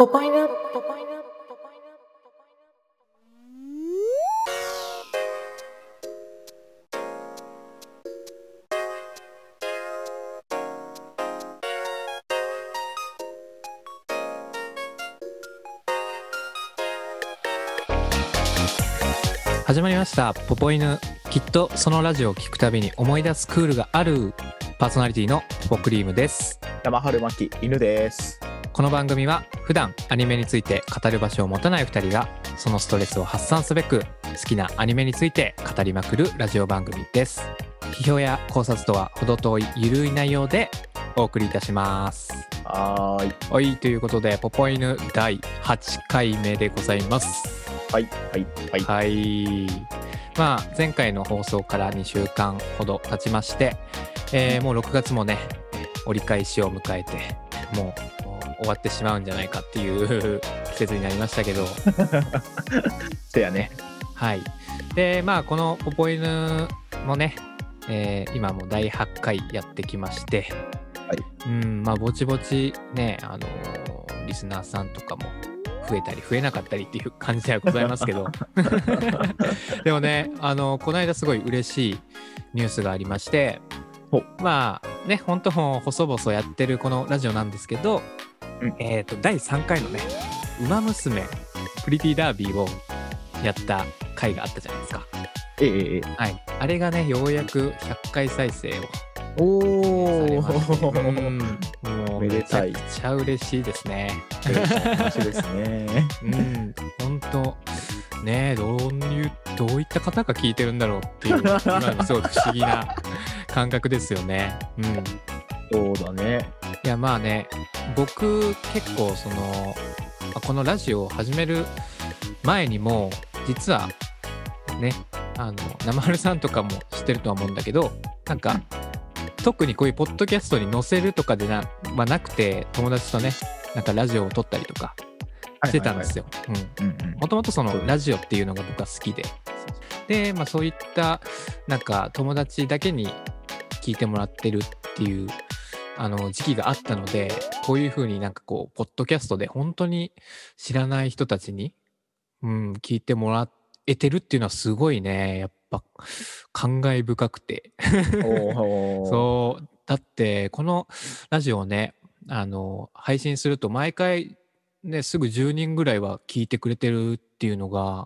ポポイヌ始まりましたポポイヌ。きっとそのラジオを聞くたびに思い出すクールがある。パーソナリティのポポクリームです。 山春巻犬です。 この番組は普段アニメについて語る場所を持たない2人がそのストレスを発散すべく好きなアニメについて語りまくるラジオ番組です。批評や考察とは程遠いゆるい内容でお送りいたします。 はい、 ということでポポイヌ第8回目でございます。はい。まあ前回の放送から2週間ほど経ちまして、もう6月もね折り返しを迎えてもう終わってしまうんじゃないかっていう季節になりましたけどせやね。 はい。でまあこのポポイヌもね、今もう第8回やってきまして、 はい、 まあぼちぼちねリスナーさんとかも増えたり増えなかったりっていう感じではございますけどでもねこの間すごい嬉しいニュースがありまして、まあね本当細々やってるこのラジオなんですけど、第3回のねウマ娘プリティダービーをやった回があったじゃないですか。はい、あれがねようやく100回再生をおもうめちゃくちゃ嬉しいですね。 話ですね。 本当ねどういった方が聞いてるんだろうっていう今のすごい不思議な感覚ですよね。 そうだね。 いやまあね僕結構このラジオを始める前にも実はね生春さんとかも知ってるとは思うんだけどなんか特にこういうポッドキャストに載せるとかでなくて友達とねなんかラジオを撮ったりとかしてたんですよ。もともとそのラジオっていうのが僕は好きで、まあそういったなんか友達だけに聞いてもらってるっていう時期があったのでこういう風になんかこうポッドキャストで本当に知らない人たちに、聞いてもらえてるっていうのはすごいねやっぱ感慨深くてそうだってこのラジオをね配信すると毎回ねすぐ10人ぐらいは聞いてくれてるっていうのが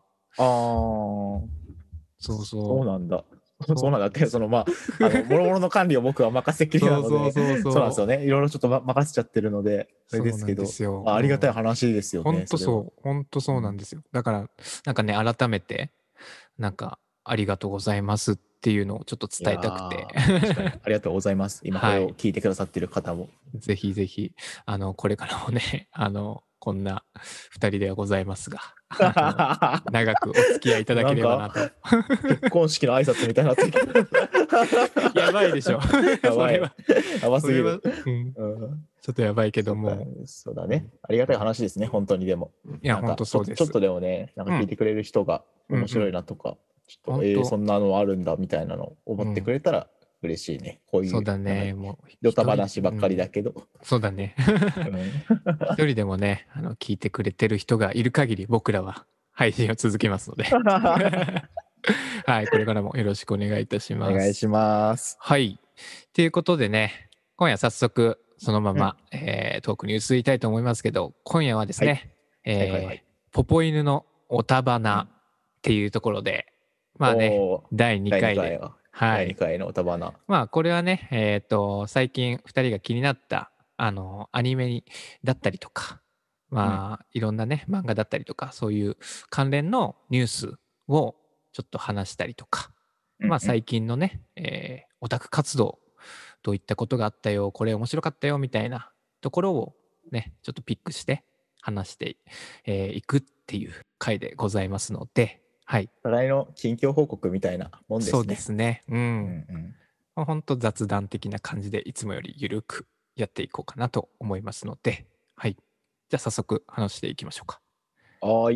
そうなんだ。そうなんだってまあもろもろの管理を僕は任せっきりなのでそうなんですよね。いろいろちょっと任せちゃってるのでそれですけどありがたい話ですよね。 本当そうなんですよ。だからなんかね改めてなんかありがとうございますっていうのをちょっと伝えたくてありがとうございます。今これを聞いてくださってる方も、 ぜひぜひこれからもねこんな2人ではございますが長くお付き合いいただければなと結婚式の挨拶みたいになってるやばいでしょやばすぎる、 ちょっとやばいけどもそうだね。ありがたい話ですね本当に。でもいや本当そうです。 ちょっとでもねなんか聞いてくれる人が面白いなとか、ちょっとそんなのあるんだみたいなのを思ってくれたら嬉しいね。こういうそうだねもうドタ話ばっかりだけど、 そうだね一人でもね聞いてくれてる人がいる限り僕らは配信を続けますのではいこれからもよろしくお願いいたします。 お願いします。 はいということでね今夜早速そのまま、トークに移りたいと思いますけど今夜はですね、ポポ犬のおたばなっていうところで、まあね第2回で第2回のおたばな、 まあこれはね最近2人が気になったアニメだったりとかまあいろんなね漫画だったりとかそういう関連のニュースをちょっと話したりとか、まあ最近のねオタク活動どういったことがあったよこれ面白かったよみたいなところをねちょっとピックして話していくっていう回でございますので、はい。 お互いの近況報告みたいなもんですね。 そうですね。本当雑談的な感じでいつもよりゆるくやっていこうかなと思いますので、はい。じゃあ早速話していきましょうか。 はい。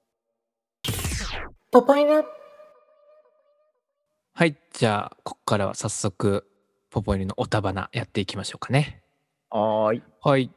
ポポイヌ。 はい。じゃあここからは早速ポポイヌのおたばなやっていきましょうかね。 はい。 はい。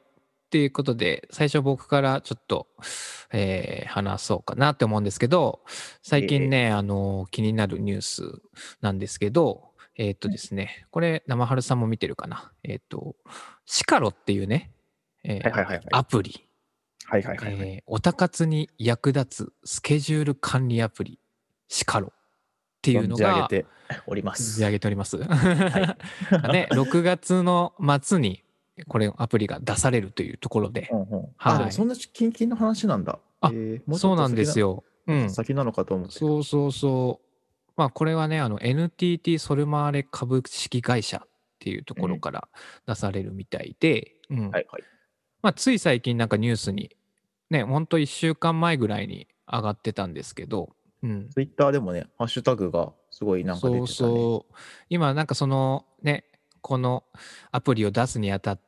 っていうことで、最初僕からちょっと、話そうかなって思うんですけど、最近ね、気になるニュースなんですけど、ですね、これ、生春さんも見てるかな。シカロっていうね、 はいはいはいはい。 アプリ、 はいはいはいはい。 オタ活に役立つスケジュール管理アプリ、シカロっていう存じ上げのが、 ておりま存じ上す。 げております。 はい。 がね、6月の末にこれアプリが出されるというところで、 うんうん。あ、でもはい。 そんな近々の話なんだ。 あ、 もうちょっそうなんでと先な、 すよ。うもうちょっとん。 先なのかと思ってた。 そうそうそう。まあこれはね、NTT ソルマーレ株式会社っていうとうん。 ころから出されるみたいで、うん。 はいはい。 まあつい最近なんかニュースに、ね、ほんと1週間前ぐらいに上がってたんですけど、うん。 ツイッターでもね、ハッシュタグがすごいなんか出そうてたね。 そう。今なんかそのね、このアプリを出すにあたって、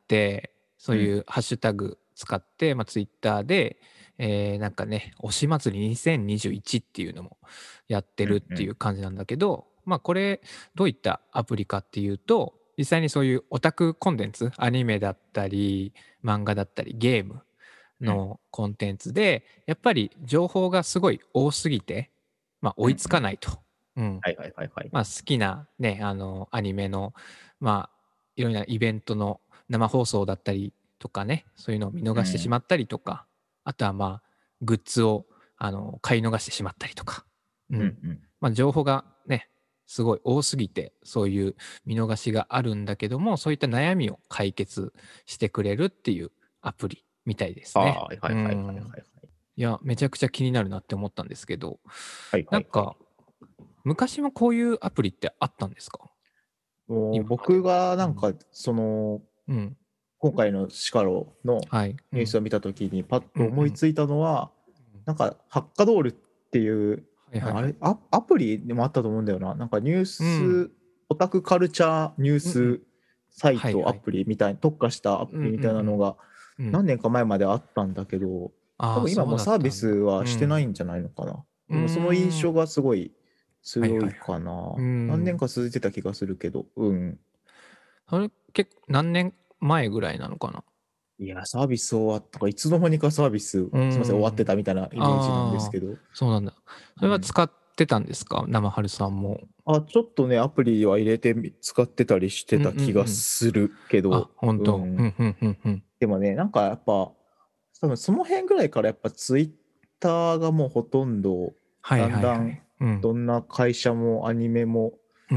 そういうん。 うハッシュタグ使って、まあ、ツイッターで、なんかね、推し祭り2021っていうのもやってるっていうんうん。 う感じなんだけど、まあこれどういったアプリかっていうと、実際にそういうオタクコンテンツ、アニメだったり、漫画だったり、ゲームうん。 のコンテンツで、やっぱり情報がすごい多すぎて、まあ追いつうんうん。 かないと。うん。 はいはいはいはい。 まあ、好きなね、アニメの、まあ、いろんなイベントの生放送だったりとかね、そういうのを見逃してしうん。 まったりとか、あとは、まあ、グッズを、買い逃してしまったりとか、うん。 うんうん。 まあ、情報がね、すごい多すぎて、そういう見逃しがあるんだけども、そういった悩みを解決してくれるっていうアプリみたいですね。 はいはいうはいはいはいん。 はい。 いや、めちゃくちゃ気になるなって思ったんですけど、 はいはいはい。 なんか昔もこういうアプリってあったんですか？ もう今まで。 僕がうん。うん。 今回のシカロのはい。うん。 ニュースを見たときにパッとうんうん。 思いついたのは、 うん。 なんかハッカドールっていう、あれ、 はいはいはい。 アプリでもあったと思うんだよな。なんかニューうん。 ス、オタクカルチャーニューうんうん。 スサイト、アはいはい。 プリみたいな、特化したアうんプリみうんうん。 たいなのがうん。 何年か前まであったんだけど、多ああ、 分今そうだっもうサービスたんだ。うはしてなん。 いんじゃないのかな。 うーでもその印象ん。 がすごいはい強いはいはい。 かな。 うー何年ん。 か続いてた気がするけど、うん。 それ、何年前ぐらいなのかな？ いや、サービス終わったか、いつの間にかサービス、すうーいません、終わってん。 たみたいなイメージなんですああ、 けど。 そうなんだ。それはうん。 使ってたんですか？生春さんも。 あ、ちょっとね、アプリは入れて使ってたりしてうんうんうた気がん。 するけあ、 ど、 ほんと。ふうん。 んふんふんふん。 でもね、なんかやっぱ、多分その辺ぐらいからやっぱツイッターがもうほとんど、 はいだんだんはいはい。うん。 どんな会社もアニメもうん。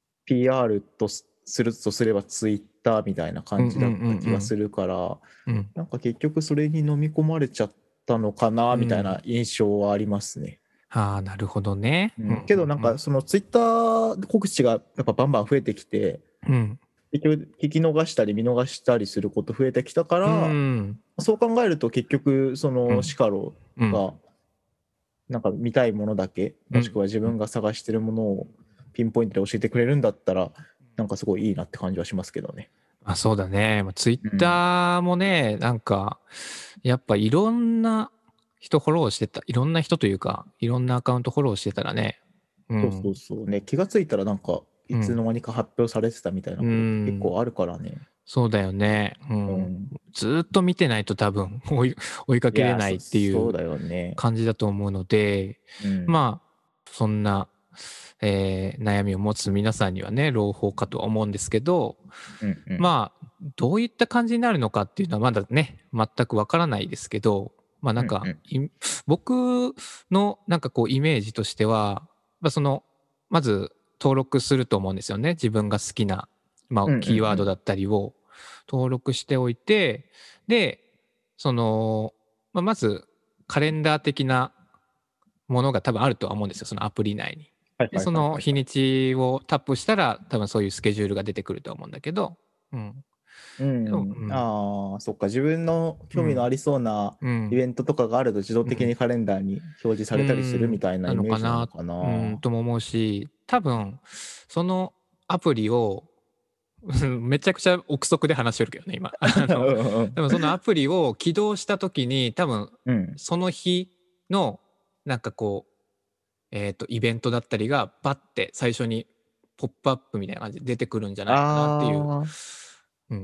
PR とするとすればツイッターみたいなうんうん感じだった気がするから、 うんうん。うん。 なんか結局それに飲み込まれちゃったのかなみたいなうん。 印象はありますね。 ああ、なるほどね。 うん、 うんけどなんうんかそのツイッター告知がやっぱバンバン増えてきて、 うん。うん。 結局聞き逃したり見逃したりすること増えてきたかうーら、 ん。 そう考えると結局そのうん。 シカロうん。 がなんか見たいものだけ、 うん。 もしくは自うん。 分が探してるものをピンポイントで教えてくれるんだったら、なんかすごいいいなって感じはしますけどね。 あ、そうだね。ま、ツイッうん。 ターもね、なんか、やっぱいろんな人フォローしてたいろんな人というか、いろんなアカウントフォローしてたらね、うそうそうん、 そうね、気がついたらなんかいうん、 つの間にか発表されてたみたいなうーことって結構ん、 あるからね。 そうだよね。うん。 うん。 ずーっと見てないと多分追いかいや、 けれないっていうそうだよね。 感じだと思うので、 うん。 まあ、そんな、悩みを持つ皆さんにはね、朗報かとは思うんですけど、 うんうん。 まあ、どういった感じになるのかっていうのはまだね、全くわからないですけど、まあなんか、 うんうん。 僕のなんかこうイメージとしては、まず登録すると思うんですよね。自分が好きな、まあうんうんキーワードだうん。 ったりを登録しておいて、で、その、まずカレンダー的なものが多分あるとは思うんですよ、そのアプリ内に。で、 はいはいその日はいはいはい。 にちをタップしたら、多分そういうスケジュールが出てくると思うんだけど、うん。 うでも、 ん。 うん、 ああ、そっか、自分のうん、 興味のありそうなうん、 イベントとかがあると自動うん、 的にカレンダーに表示さうれたりするみん、 たいななイメージなののかな、 かな。 とも思うし、多分、そのアプリを、めちゃくちゃ憶測で話してるけどね、今。 うんうんうん。 でもそのアプリを起動した時に、多分、 うん。 その日の、なんかこう、イベントだったりが、バッて最初にポップアップみたいな感じで出てくるんじゃないかなっていう、 ああ、 うん、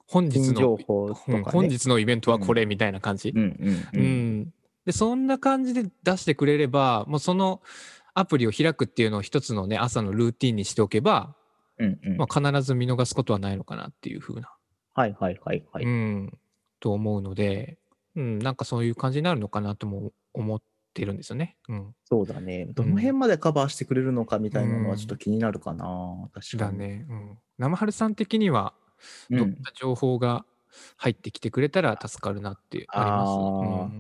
本日の、 新情報とかね、 本日のイベントはこれみたいな感じ。でそんな感じで出してくれれば、もうそのアプリを開くっていうのを一つのね朝のルーティンにしておけば、まあ、必ず見逃すことはないのかなっていう風な、と思うので、なんかそういう感じになるのかなとも思ってるんですよね。 そうだね。どの辺までカバーしてくれるのかみたいなのはちょっと気になるかな。確かに。 だね。生春さん的にはどんな情報が入ってきてくれたら助かるなってあります？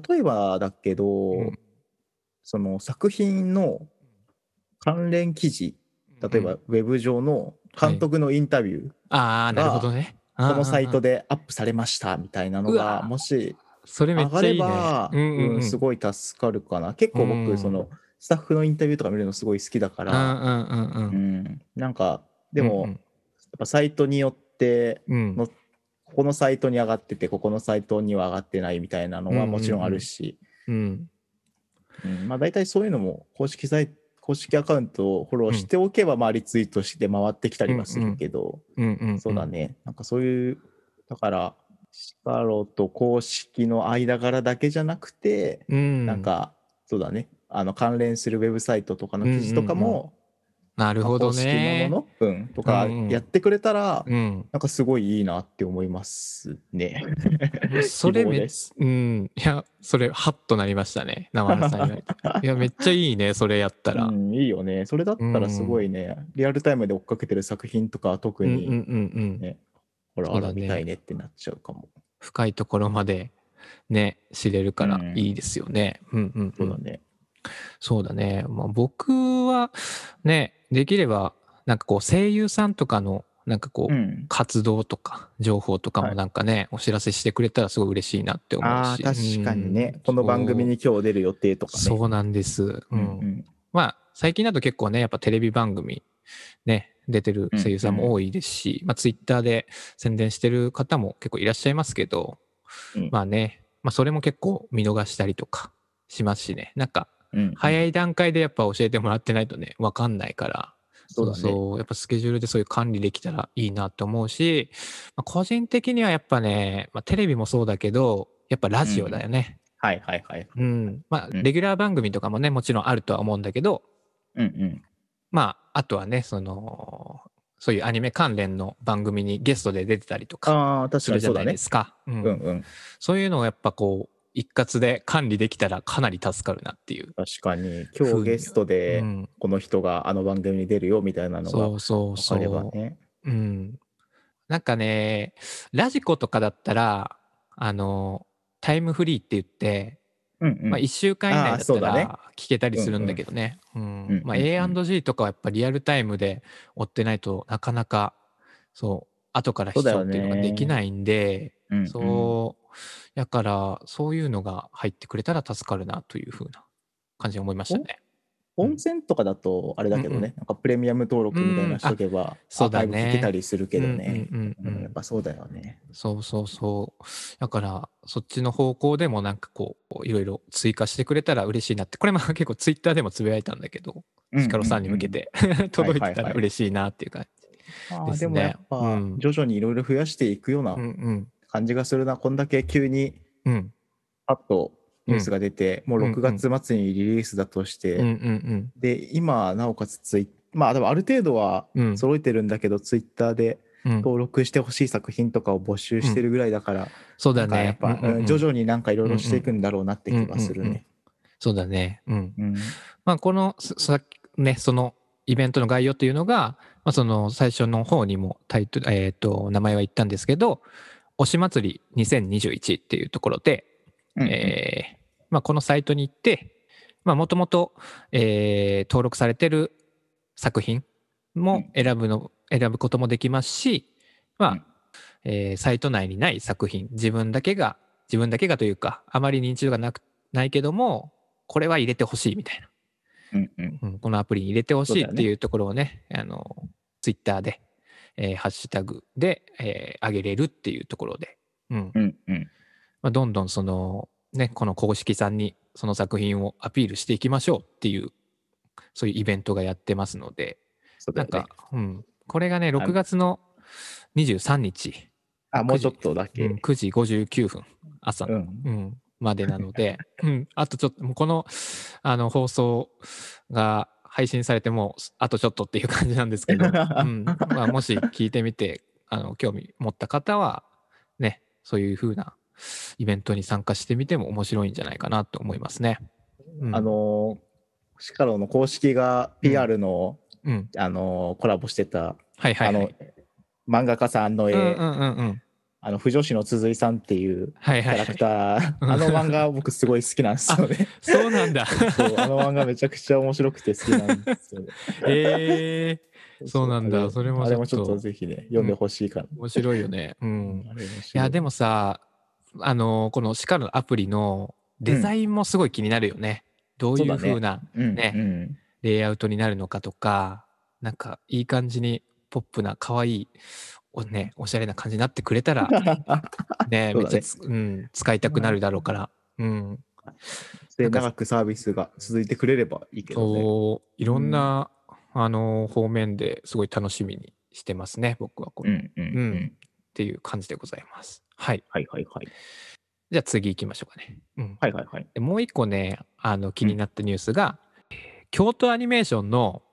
例えばだけど、その作品の関連記事、例えばウェブ上の監督のインタビューなるほどね。 このサイトでアップされましたみたいなのがもしそれめっちゃいいね。 上がればすごい助かるかな。結構僕そのスタッフのインタビューとか見るのすごい好きだから、なんかでもやっぱサイトによってのここのサイトに上がっててここのサイトには上がってないみたいなのはもちろんあるし、まあ大体そういうのも公式アカウントをフォローしておけばまあリツイートして回ってきたりはするけど、そうだね。なんかそういうだからシカロと公式の間柄だけじゃなくて、なんかそうだね。関連するウェブサイトとかの記事とかも、 なるほどね。 公式のもの、とかやってくれたら、なんかすごいいいなって思いますね。 それいや、それハッとなりましたね。生原さん言われて。いや、めっちゃいいね、それやったら。 いいよね。それだったらすごいね、リアルタイムで追っかけてる作品とかは特に、ね、ほら、あら、見たいねってなっちゃうかも。 深いところまでね、知れるからいいですよね。 そうだね。 そうだね。まあ、僕はね、できれば、なんかこう、声優さんとかの、なんかこう、活動とか、情報とかもなんかね、お知らせしてくれたらすごい嬉しいなって思うし。 確かにね。この番組に今日出る予定とかね。 そうなんです。まあ、最近だと結構ね、やっぱテレビ番組、ね、出てる声優さんも多いですし、まあ、ツイッターで宣伝してる方も結構いらっしゃいますけど、まあね、まあ、それも結構見逃したりとかしますしね。なんか、早い段階でやっぱ教えてもらってないとね、分かんないから、そう、やっぱスケジュールでそういう管理できたらいいなと思うし、まあ、個人的にはやっぱね、まあ、テレビもそうだけど、やっぱラジオだよね。まあ、レギュラー番組とかもね、もちろんあるとは思うんだけど、まあ、あとはね、そういうアニメ関連の番組にゲストで出てたりとかするじゃないですか。そういうのをやっぱこう、一括で管理できたらかなり助かるなっていう。 確かに今日ゲストでこの人があの番組に出るよみたいなのが分かればね。 なんかね、ラジコとかだったらタイムフリーって言って、まあ1週間以内だったら聞けたりするんだけどね。まあ A&G とかはやっぱリアルタイムで追ってないとなかなかそう後から視聴っていうのができないんで、そうだからそういうのが入ってくれたら助かるなというふうな感じに思いましたね。 温泉とかだとあれだけどね、なんかプレミアム登録みたいなしとけばアーカイブ聞けたりするけどね。やっぱそうだよね。 そうだからそっちの方向でもなんかこういろいろ追加してくれたら嬉しいなって、これも結構ツイッターでもつぶやいたんだけど、ヒカロさんに向けて届いてたら嬉しいなっていう感じですね。 でもやっぱ徐々にいろいろ増やしていくような感じがするな。こんだけ急にパッとニュースが出て、もう6月末にリリースだとして、で今なおかつまあでもある程度は揃えてるんだけど、ツイッターで登録してほしい作品とかを募集してるぐらいだから、 そうだね。 やっぱ徐々になんかいろいろしていくんだろうなって気がするね。 そうだね。まあこのね、そのイベントの概要というのが、まあ、その最初の方にも名前は言ったんですけど、推し祭り2021っていうところで、まあ、このサイトに行って、もともと登録されてる作品も選ぶこともできますし、サイト内にない作品、自分だけがというか、あまり認知度がないけども、これは入れてほしいみたいな。このアプリに入れてほしいっていうところをね、ツイッターで、ハッシュタグで、上げれるっていうところで、どんどんそのね、この公式さんにその作品をアピールしていきましょうっていう、そういうイベントがやってますので、なんか、これがね、6月の 23日。 もうちょっとだけ。 9時59分、朝の、までなので、あとちょっと、この、放送が配信されても、あとちょっとっていう感じなんですけど、まあ、もし聞いてみて、興味持った方は、ね、そういう風なイベントに参加してみても面白いんじゃないかなと思いますね。 シカロの公式が PR の、コラボしてた、漫画家さんの絵、不女子の鈴井さんっていうキャラクター、漫画僕すごい好きなんですよね。 そうなんだ。 そう、漫画めちゃくちゃ面白くて好きなんですよね。 そうなんだ。それもちょっと。 あれもちょっとぜひね、読んでほしいから。 面白いよね。いや、でもさ、このシカロのアプリのデザインもすごい気になるよね。どういう風なね、レイアウトになるのかとか、なんかいい感じにポップな可愛いおしゃれな感じになってくれたらね、めっちゃ使いたくなるだろうから。 で、長くサービスが続いてくれればいいけどね。 そう、いろんな方面ですごい楽しみにしてますね、僕はこれ。っていう感じでございます。はい。じゃあ次行きましょうかね。もう一個ね、気になったニュースが、京都アニメーションの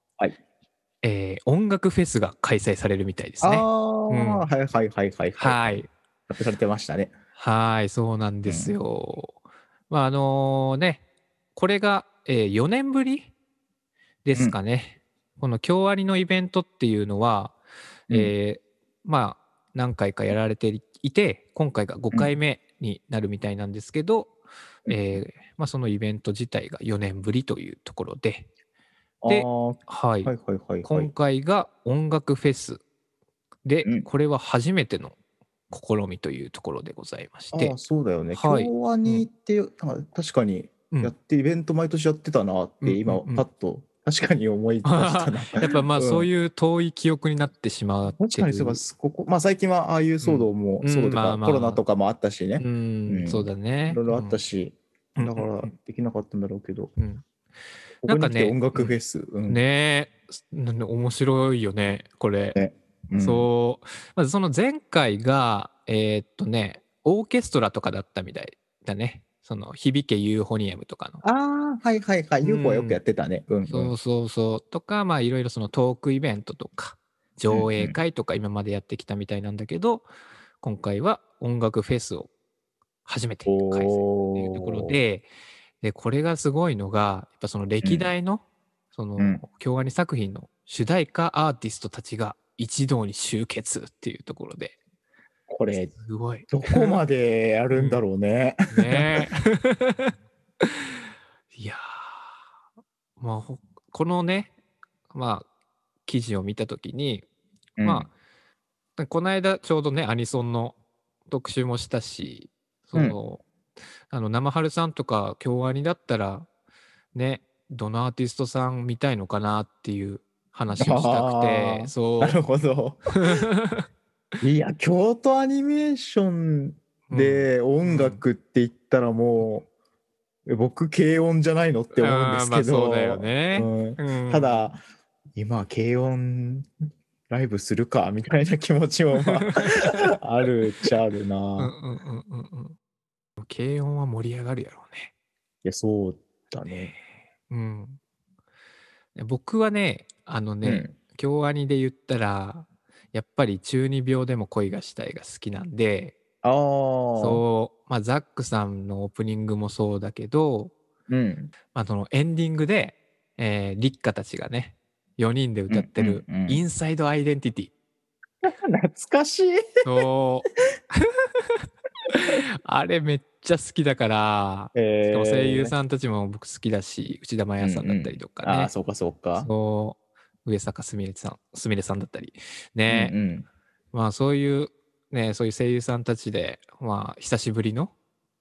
音楽フェスが開催されるみたいですね。 はい。発表されてましたね。 はい、そうなんですよ。まあね、これが4年ぶりですかね。この京アニのイベントっていうのは、まあ何回かやられていて、今回が5回目になるみたいなんですけど、まあそのイベント自体が4年ぶりというところで、で、今回が音楽フェスで、これは初めての試みというところでございまして。 そうだよね。京アニって確かにやってイベント毎年やってたなって今パッと確かに思い出したな。 やっぱまあそういう遠い記憶になってしまってる。 確かにそうまあ最近はああいう騒動も騒動とかコロナとかもあったしね。 そうだね。 いろいろあったし、だからできなかったんだろうけど。 なんかね、 音楽フェス。 ねえ、面白いよね、これ。そう。まずその前回が、オーケストラとかだったみたいだね。その響けユーフォニアムとかの。 UFO はよくやってたね。 そう。とか、まあいろいろそのトークイベントとか、上映会とか今までやってきたみたいなんだけど、今回は音楽フェスを初めて開催っていうところで、これがすごいのが、やっぱその歴代の、その京アニ作品の主題歌アーティストたちが一堂に集結っていうところで。 これ、 すごい。 どこまでやるんだろうね。 ねいやまあ、このね、まあ、記事を見たときに、まあ、この間ちょうどね、アニソンの特集もしたし、その、生春さんとか京アニだったら、ね、どのアーティストさん見たいのかなっていう話をしたくて、そう。 なるほど。いや、京都アニメーションで音楽って言ったらもう、僕軽音じゃないのって思うんですけど、 そうだよね。 ただ今軽音ライブするかみたいな気持ちもあるっちゃあるな。 軽音は盛り上がるやろうね。 いや、そうだね。 僕はね、京アニで言ったら、やっぱり中二病でも恋がしたいが好きなんで、そう、まあザックさんのオープニングもそうだけど、まあそのエンディングで、立花たちがね、4人で歌ってるインサイドアイデンティティ。 懐かしい。 そうあれめっちゃ好きだから、しかも声優さんたちも僕好きだし、内田真礼さんだったりとかね。 そうかそうか。 上坂すみれさんだったり。ね。まあそういうね、そういう声優さんたちで、まあ久しぶりの、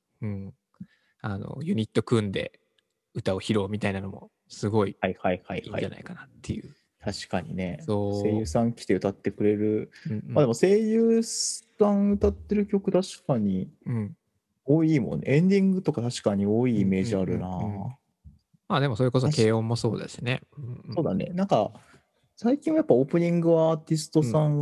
ユニット組んで歌を披露みたいなのもすごいいいんじゃないかなっていう。 確かにね。声優さん来て歌ってくれる。まあでも声優さん歌ってる曲確かに多いもんね。エンディングとか確かに多いイメージあるな。 まあでもそれこそ軽音もそうだしね。 そうだね。なんか最近はやっぱオープニングはアーティストさんがやっ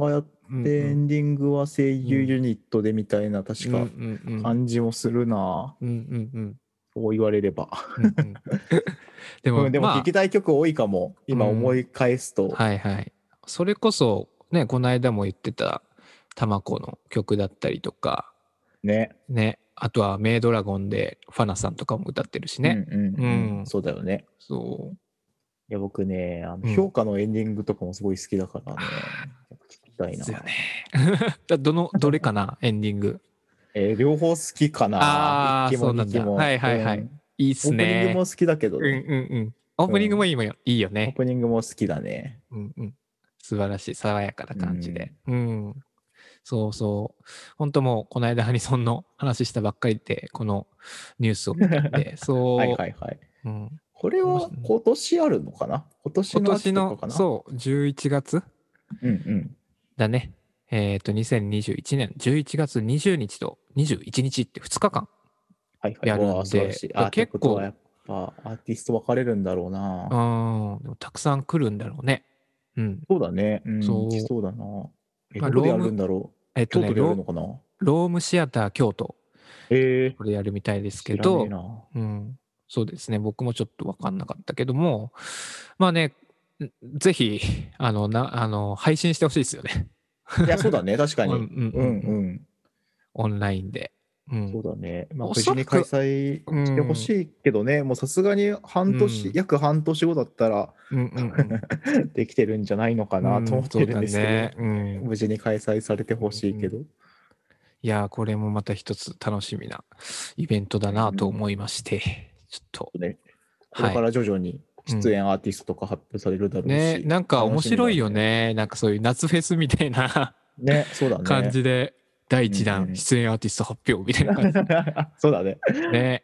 エンディングは声優ユニットでみたいな確か感じもするな。そう言われれば。でも聞きたい曲多いかも、今思い返すと。 はいはい。それこそね、この間も言ってたたまこの曲だったりとかね、あとはメイドラゴンでファナさんとかも歌ってるしね。 そうだよね。 そう。 いや僕ね、評価のエンディングとかもすごい好きだからね。聞きたいな。 ですよね。どれかな、エンディング。 両方好きかな。 1期も2期も。はいはいはい。いいっすね。 オープニングも好きだけどね。 オープニングもいいよね。 オープニングも好きだね。 素晴らしい、爽やかな感じで。そうそう。本当もう、この間アニソンの話したばっかりで、このニュースを見たんで、そう。 はいはいはい。これは今年あるのかな？今年の秋とかかな？ そう、11月だね。2021年11月20日と21日って2日間やるんで、 結構やっぱアーティスト分かれるんだろうな。 でもたくさん来るんだろうね。 そうだね。そうだな。どこでやるんだろう。京都でやるのかな？ ロームシアター京都。これやるみたいですけど、そうですね。僕もちょっと分かんなかったけども、まあね、ぜひ配信してほしいですよね。 いや、そうだね、確かに。 オンラインで。 そうだね。まあ、無事に開催してほしいけどね、もうさすがに約半年後だったら、できてるんじゃないのかなと思ってるんですけど、無事に開催されてほしいけど。 いや、これもまた一つ楽しみなイベントだなと思いまして、ちょっと。 ね、これから徐々に出演アーティストとか発表されるだろうし。ね、 なんか面白いよね。なんかそういう夏フェスみたいなそうだね。 感じで、第1弾出演アーティスト発表みたいな感じ。 そうだね。 ね。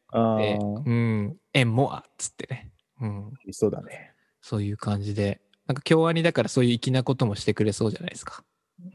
縁もあっつってね。 そうだね。 そういう感じで。なんか京アニだからそういう粋なこともしてくれそうじゃないですか。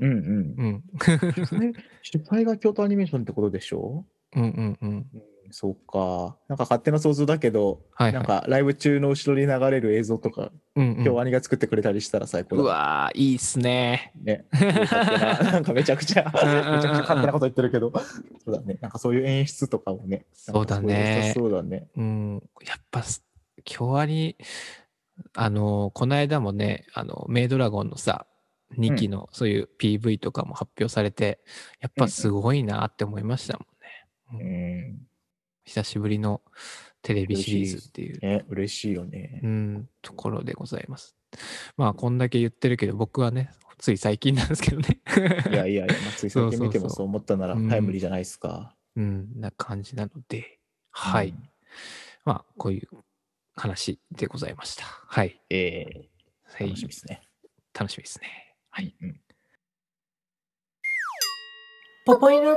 主催が京都アニメーションってことでしょ？そうか。なんか勝手な想像だけど、なんかライブ中の後ろに流れる映像とか、京アニが作ってくれたりしたら最高だ。 うわー、いいっすね。 なんかめちゃくちゃ勝手なこと言ってるけど、そうだね。なんかそういう演出とかもね。 そうだね。 そうだね。 やっぱ京アニ、この間もね、メイドラゴンのさ、2期のそういう PV とかも発表されて、やっぱすごいなって思いましたもんね。久しぶりのテレビシリーズっていう。 嬉しいよね。 ところでございます。まあ、こんだけ言ってるけど、僕はね、つい最近なんですけどね。 いや、つい最近見てもそう思ったならタイムリーじゃないですか。 な感じなので、はい。まあ、こういう話でございました。はい。 楽しみですね。 楽しみですね。はい。 ポポイヌ。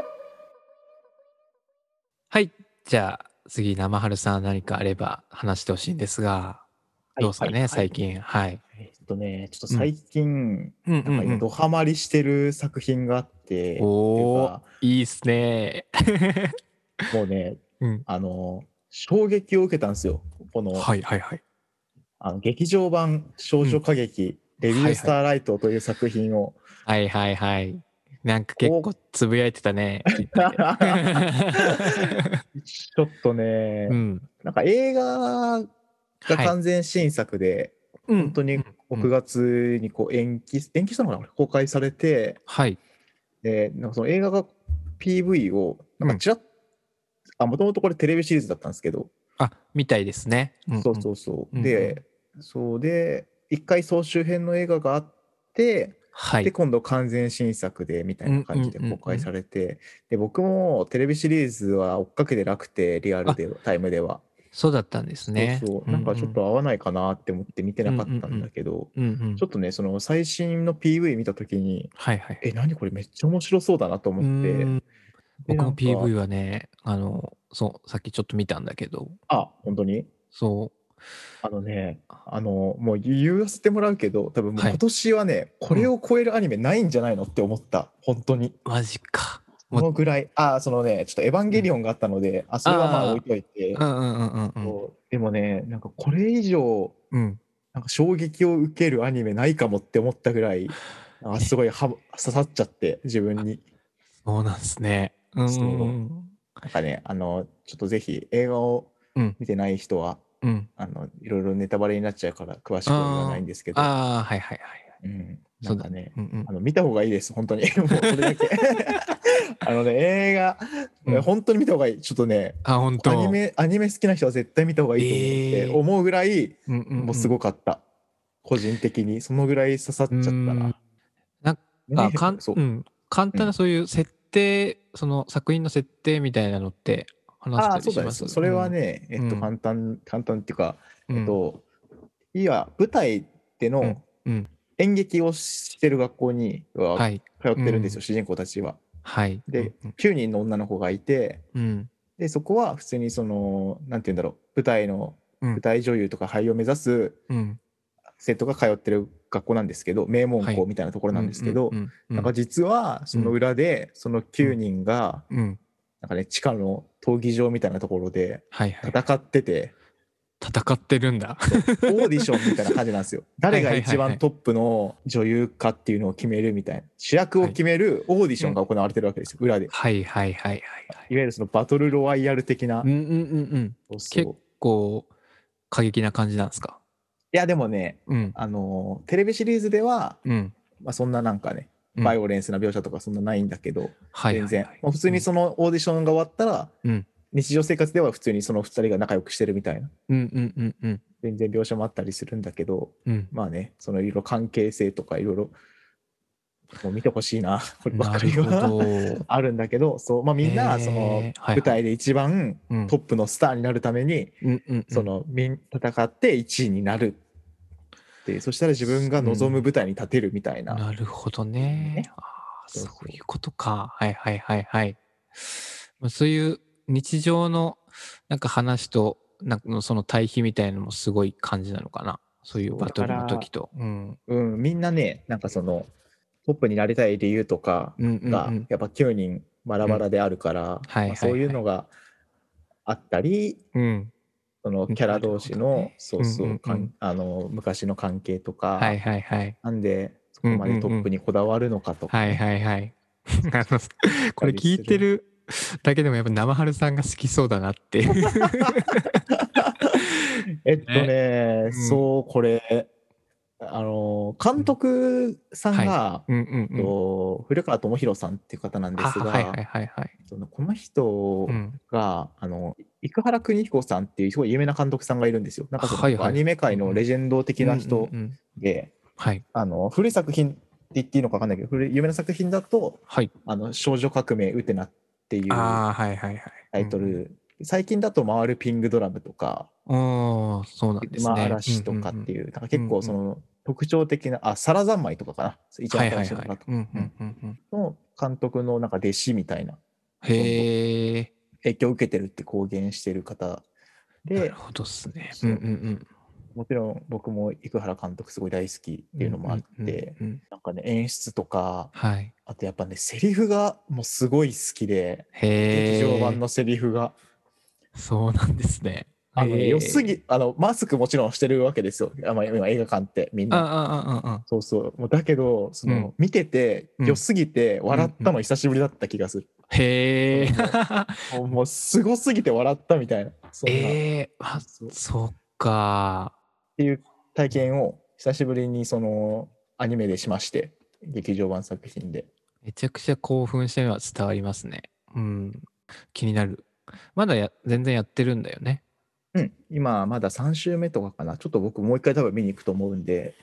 はい。じゃあ、次、生春さん何かあれば話してほしいんですが、どうですかね、最近。はい。 ちょっと最近、なんか今ドハマりしてる作品があって、 いいっすね。 もうね、衝撃を受けたんですよ。この、劇場版少女歌劇、レビュースターライトという作品を。 なんか結構つぶやいてたね。 ちょっとね、なんか映画が完全新作で、本当に6月にこう延期したのかな、公開されて、でなんかその映画が PV をなんかちらっもともとこれテレビシリーズだったんですけど、 みたいですね。 で一回総集編の映画があって、で今度完全新作でみたいな感じで公開されて、で僕もテレビシリーズは追っかけてなくて、リアルでタイムでは。 そうだったんですね。 なんかちょっと合わないかなって思って見てなかったんだけど、ちょっとね、その最新の PV 見たときに、何これめっちゃ面白そうだなと思って。 僕も PV はね、さっきちょっと見たんだけど。 本当に？ そう。 もう言わせてもらうけど、多分もう今年はね、これを超えるアニメないんじゃないのって思った、本当に。 マジか。 このぐらい、ちょっとエヴァンゲリオンがあったので、それはまあ置いといて、でもね、なんかこれ以上、なんか衝撃を受けるアニメないかもって思ったぐらい、 すごい刺さっちゃって自分に。 そうなんですね。 そう。なんかね、ちょっとぜひ映画を見てない人は、いろいろネタバレになっちゃうから詳しくは言わないんですけど。 はいはいはい。 なんかね、見た方がいいです、本当に。もうそれだけ。映画、本当に見た方がいい。ちょっとね、 本当。 アニメ好きな人は絶対見た方がいいと思って思うぐらい、もうすごかった。個人的に。そのぐらい刺さっちゃったな。 なんか簡単なそういう設定、その作品の設定みたいなのって話したりします？ それはね、簡単っていうか、いや、舞台での演劇をしてる学校には通ってるんですよ、主人公たちは。で、9人の女の子がいて、で、そこは普通になんて言うんだろう、舞台女優とか俳優を目指す生徒が通ってる学校なんですけど、名門校みたいなところなんですけど、なんか実はその裏でその9人がなんかね、地下の闘技場みたいなところで戦ってて、 戦ってるんだ。 オーディションみたいな感じなんですよ。誰が一番トップの女優かっていうのを決めるみたいな、主役を決めるオーディションが行われてるわけですよ、裏で。いわゆるそのバトルロワイヤル的な。 結構過激な感じなんですか？ いやでもね、テレビシリーズでは、そんななんかね、バイオレンスな描写とかそんなないんだけど、全然普通にそのオーディションが終わったら、日常生活では普通にその2人が仲良くしてるみたいな、全然描写もあったりするんだけど、まあね、そのいろいろ関係性とかいろいろもう見てほしいな、こればかりはあるんだけど、そう、みんなその舞台で一番トップのスターになるためにその戦って1位になるって、そしたら自分が望む舞台に立てるみたいな。 なるほどね。そういうことか。そういう日常のなんか話となんかその対比みたいなのもすごい感じなのかな。そういうバトルの時と。 みんなね、なんかそのトップになりたい理由とかがやっぱ9人バラバラであるから、そういうのがあったり、そのキャラ同士の昔の関係とか、なんでそこまでトップにこだわるのかとか。 これ聞いてるだけでもやっぱ生春さんが好きそうだなってそう、これ監督さんが古川智弘さんっていう方なんですが、この人が生原邦彦さんっていうすごい有名な監督さんがいるんですよ。なんかそのアニメ界のレジェンド的な人で、古い作品って言っていいのか分かんないけど、有名な作品だと少女革命ウテナっていうタイトル、最近だと回るピングドラムとか、 そうなんですね。 嵐とかっていう、結構その特徴的な、サラ三昧とかかな、一番新しいのかと。の監督のなんか弟子みたいな、影響を受けてるって公言してる方で、 なるほどっすね。 もちろん僕も生原監督すごい大好きっていうのもあって、なんかね、演出とか、あとやっぱね、セリフがもうすごい好きで、劇場版のセリフが。 そうなんですね。 良すぎ、マスクもちろんしてるわけですよ。今映画館ってみんな。そうそう。だけど、見てて良すぎて笑ったの久しぶりだった気がする。もうすごすぎて笑ったみたいな。 そっか。 っていう体験を久しぶりにそのアニメでしまして、劇場版作品で。 めちゃくちゃ興奮してるのは伝わりますね。気になる。まだ全然やってるんだよね。 今まだ3週目とかかな。ちょっと僕もう一回多分見に行くと思うんで。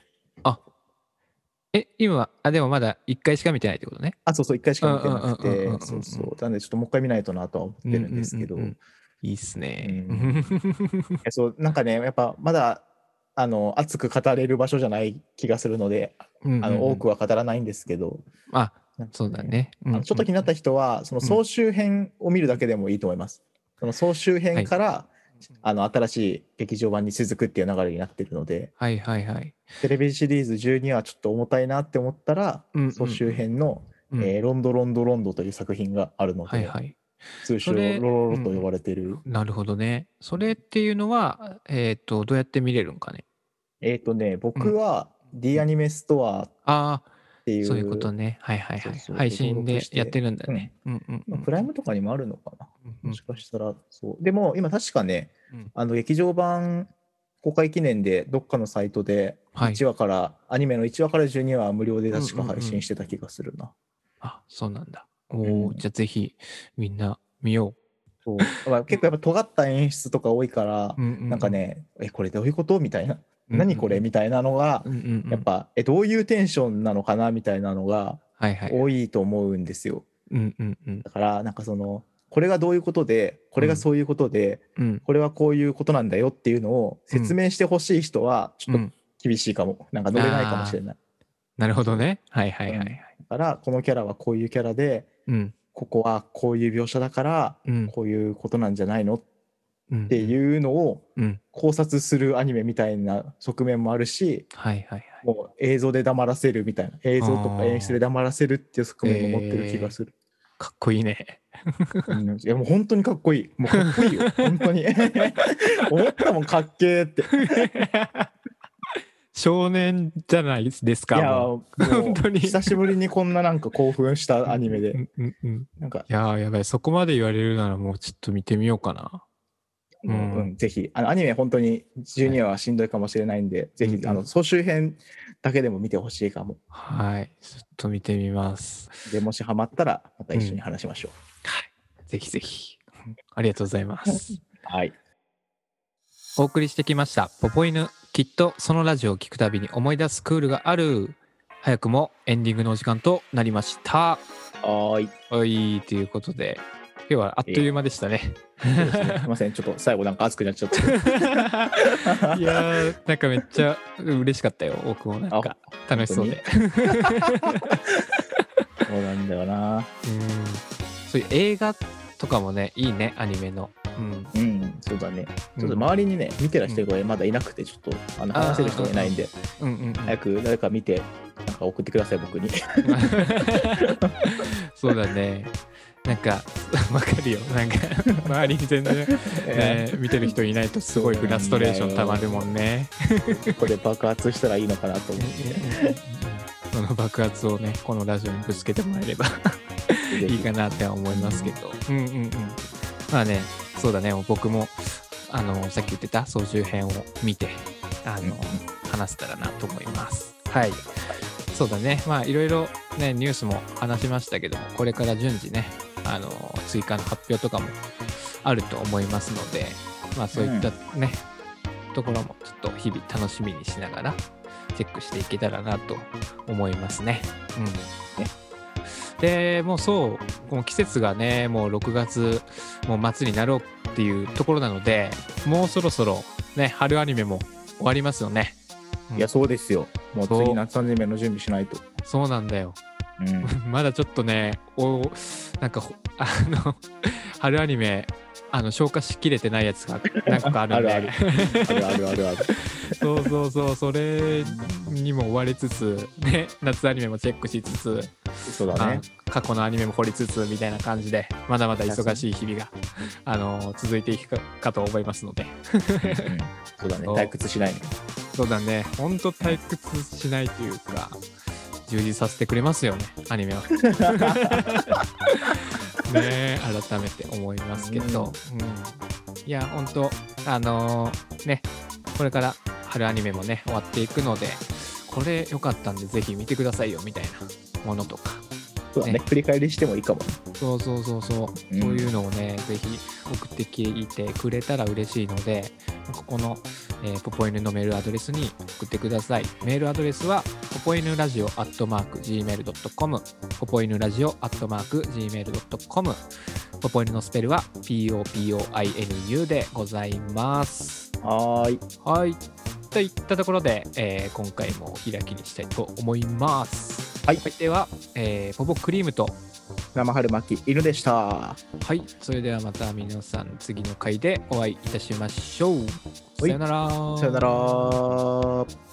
今でもまだ1回しか見てないってことね。 そう1回しか見てなくて、なんでちょっともう一回見ないとなとは思ってるんですけど。 いいっすね。 そうなんかね、やっぱまだ熱く語れる場所じゃない気がするので、多くは語らないんですけど。 そうだね。 ちょっと気になった人はその総集編を見るだけでもいいと思います。その総集編から新しい劇場版に続くっていう流れになってるので、テレビシリーズ12はちょっと重たいなって思ったら、総集編のロンドロンドロンドという作品があるので、通称ロロロと呼ばれてる。 なるほどね。それっていうのはどうやって見れるんかね。 僕は D アニメストアっていう。 そういうことね。はいはいはい。 そう配信でやってるんだね。 プライムとかにもあるのかな、もしかしたら。そう。でも今確かね、 うん、 劇場版公開記念でどっかのサイトで1話から、アニメの1話から12話は無料で確か配信してた気がするな。 あ、そうなんだ。じゃあぜひみんな見よう。 そう結構やっぱ尖った演出とか多いから、なんかね、これどういうことみたいな、何これみたいなのが、やっぱどういうテンションなのかなみたいなのが多いと思うんですよ。だからなんかこれがどういうことで、これがそういうことで、これはこういうことなんだよっていうのを説明してほしい人はちょっと厳しいかも、なんか乗れないかもしれない。 なるほどね。はいはいはい。 だからこのキャラはこういうキャラで、ここはこういう描写だから、こういうことなんじゃないのっていうのを考察するアニメみたいな側面もあるし、もう映像で黙らせるみたいな、映像とか演出で黙らせるっていう側面も持ってる気がする。 かっこいいね。 いやもう本当にかっこいい。もうかっこいいよ。本当に。思ったもん、かっけーって。 少年じゃないですか。 いやもう本当に久しぶりにこんななんか興奮したアニメで。なんかいややばい、そこまで言われるならもうちょっと見てみようかな。 ぜひアニメ本当に12話はしんどいかもしれないんで、ぜひ総集編だけでも見てほしいかも。 はい、ちょっと見てみます。 でもしハマったらまた一緒に話しましょう。 はい、ぜひぜひ。ありがとうございます。 はい。 お送りしてきましたポポ犬、きっとそのラジオを聞くたびに思い出すクールがある。早くもエンディングのお時間となりました。 はい。 ということで今日はあっという間でしたね。 そうですね。すいません、ちょっと最後なんか熱くなっちゃって。 いやーなんかめっちゃ嬉しかったよ。僕もなんか楽しそうで。 そうなんだよな。 そういう映画とかもねいいね、アニメの。 そうだね。ちょっと周りにね見てる人がまだいなくて、ちょっと話せる人がいないんで、早く誰か見てなんか送ってください、僕に。 そうだね。なんかわかるよ。なんか周りに全然、見てる人いないとすごいフラストレーションたまるもんね。 これ爆発したらいいのかなと思って。 その爆発をねこのラジオにぶつけてもらえればいいかなって思いますけど。まあね、そうだね。僕もさっき言ってた総集編を見て話せたらなと思います。はい。そうだね。まあいろいろねニュースも話しましたけども、これから順次ね追加の発表とかもあると思いますので、まあそういったね、ところもちょっと日々楽しみにしながらチェックしていけたらなと思いますね。でもうこの季節がねもう6月もう末になろうっていうところなので、もうそろそろね春アニメも終わりますよね。 いやそうですよ。もう次夏アニメの準備しないと。 そうなんだよ。まだちょっとねなんか春アニメ消化しきれてないやつが何個かあるんで。ある。そうそれにも追われつつね、夏アニメもチェックしつつ、 そうだね、 過去のアニメも掘りつつみたいな感じでまだまだ忙しい日々が続いていくかと思いますので。 そうだね、退屈しないね。 そうだね、ほんと退屈しないというか充実させてくれますよね、アニメは。ね、改めて思いますけど、いやほんとねこれから春アニメもね終わっていくので、これ良かったんでぜひ見てくださいよみたいなものとか、 そうだね、振り返りしてもいいかも。 そうそういうのをねぜひ送ってきてくれたら嬉しいので、ここのポポイヌのメールアドレスに送ってください。メールアドレスはポポイヌラジオ@gmail.com、ポポイヌラジオ@gmail.com、ポポイヌのスペルは POPOINU でございます。はい。といったところで、今回もお開きにしたいと思います。はい。では、ポポクリームと生春巻き犬でした。 はい。それではまた皆さん次の回でお会いいたしましょう。さよなら。 さよなら。